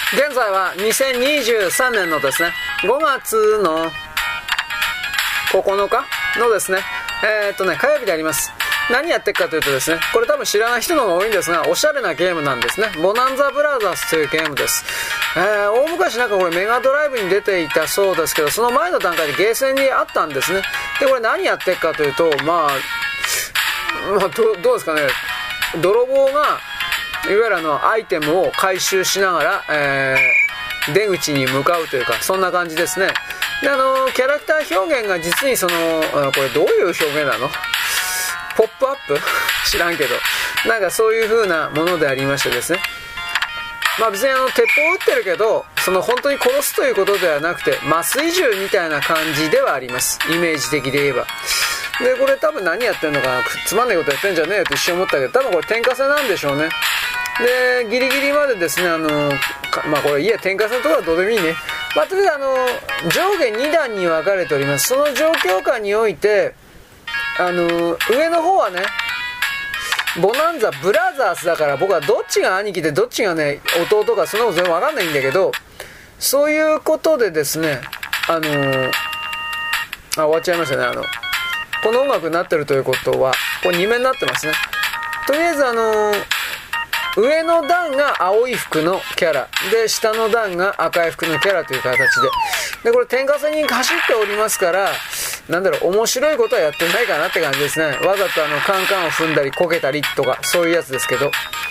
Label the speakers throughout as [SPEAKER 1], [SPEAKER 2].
[SPEAKER 1] 現在は2023年のですね、5月の9日のですね、火曜日であります。何やってるかというとですね、これ多分知らない人の方が多いんですが、おしゃれなゲームなんですね。ボナンザブラザーズというゲームです。大昔なんかこれメガドライブに出ていたそうですけど、その前の段階でゲーセンにあったんですね。で、これ何やってるかというと、どうですかね、泥棒がいわゆるアイテムを回収しながら、出口に向かうというか、そんな感じですね。で、キャラクター表現が実にこれどういう表現なの？ポップアップ知らんけど、なんかそういう風なものでありましてですね。別に鉄砲撃ってるけど、本当に殺すということではなくて、麻酔銃みたいな感じではあります。イメージ的で言えば。で、これ多分何やってんのかな、つまんないことやってんじゃねえよと一瞬思ったけど、多分これ点火戦なんでしょうね。で、ギリギリまでですね、これ点火戦とかはどうでもいいね。とりあえず上下2段に分かれております。その状況下において、上の方はね、ボナンザブラザーズだから、僕はどっちが兄貴でどっちがね、弟かそんなこと全然分かんないんだけど、そういうことでですね、終わっちゃいましたね。この音楽になってるということは、これ2面になってますね。とりあえず上の段が青い服のキャラで、下の段が赤い服のキャラという形で、これ点火戦に走っておりますから、面白いことはやってないかなって感じですね。わざとカンカンを踏んだりこけたりとか、そういうやつですけど、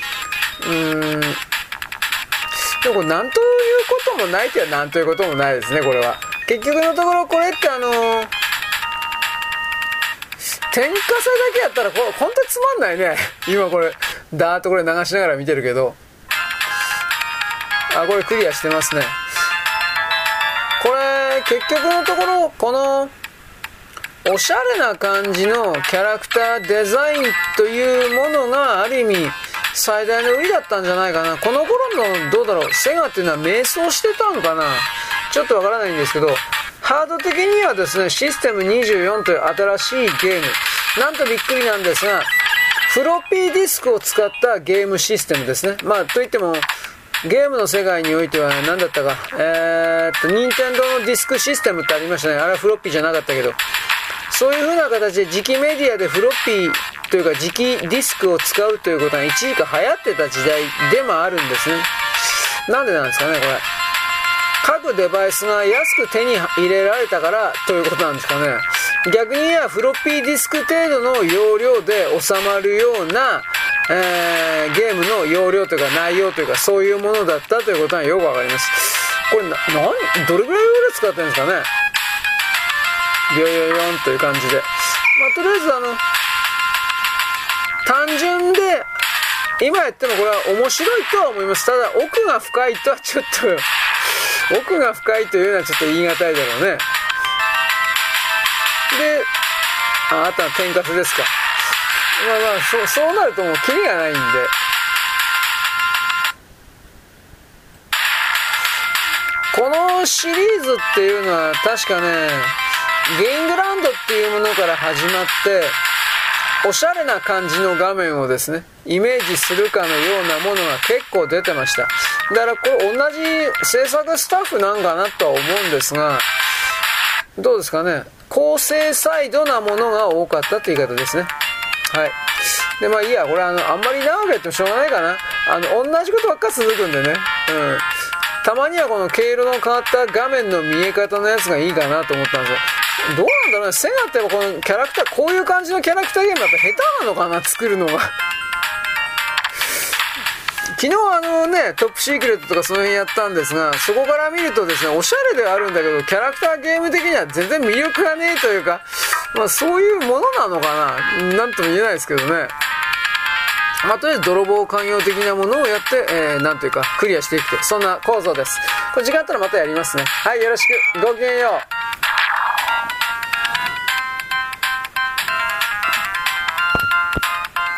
[SPEAKER 1] でもこれなんということもないってはなんということもないですね。これは結局のところ、これって点火戦だけやったら本当につまんないね。今これダーッとこれ流しながら見てるけど、これクリアしてますね。これ結局のところ、このおしゃれな感じのキャラクターデザインというものがある意味最大の売りだったんじゃないかな。この頃のどうだろう、セガっていうのは迷走してたのかな、ちょっとわからないんですけど、ハード的にはですね、システム24という新しいゲーム、なんとびっくりなんですが、フロッピーディスクを使ったゲームシステムですね。といってもゲームの世界においては何だったか、任天堂のディスクシステムってありましたね。あれはフロッピーじゃなかったけど、そういう風な形で磁気メディアでフロッピーというか磁気ディスクを使うということが一時期流行ってた時代でもあるんですね。なんでなんですかね、これ。各デバイスが安く手に入れられたからということなんですかね。逆に言えばフロッピーディスク程度の容量で収まるような、ゲームの容量というか内容というか、そういうものだったということがよくわかります。これどれぐらい容量使ってるんですかね。ビヨヨヨンという感じで、とりあえず単純で今やってもこれは面白いとは思います。ただ奥が深いとはちょっと奥が深いというのはちょっと言い難いだろうね。で、あとは点火ですか。そうなるともうキリがないんで、このシリーズっていうのは確かね、ゲイングランドっていうものから始まって、おしゃれな感じの画面をですね、イメージするかのようなものが結構出てました。だからこれ同じ制作スタッフなんかなとは思うんですが、どうですかね、構成サイドなものが多かったという言い方ですね。はい。で、いいや、これあんまり長くやってもしょうがないかな。同じことばっか続くんでね。たまにはこの毛色の変わった画面の見え方のやつがいいかなと思ったんですよ。どうなんだろうね、セガってこのキャラクター、こういう感じのキャラクターゲームだと下手なのかな、作るのが。昨日トップシークレットとかその辺やったんですが、そこから見るとですね、おしゃれではあるんだけど、キャラクターゲーム的には全然魅力がねえというか、そういうものなのかな、なんとも言えないですけどね。とりあえず泥棒寛容的なものをやって、なんというかクリアしていくと、そんな構造です。これ時間あったらまたやりますね。はい、よろしく、ごきげんよう。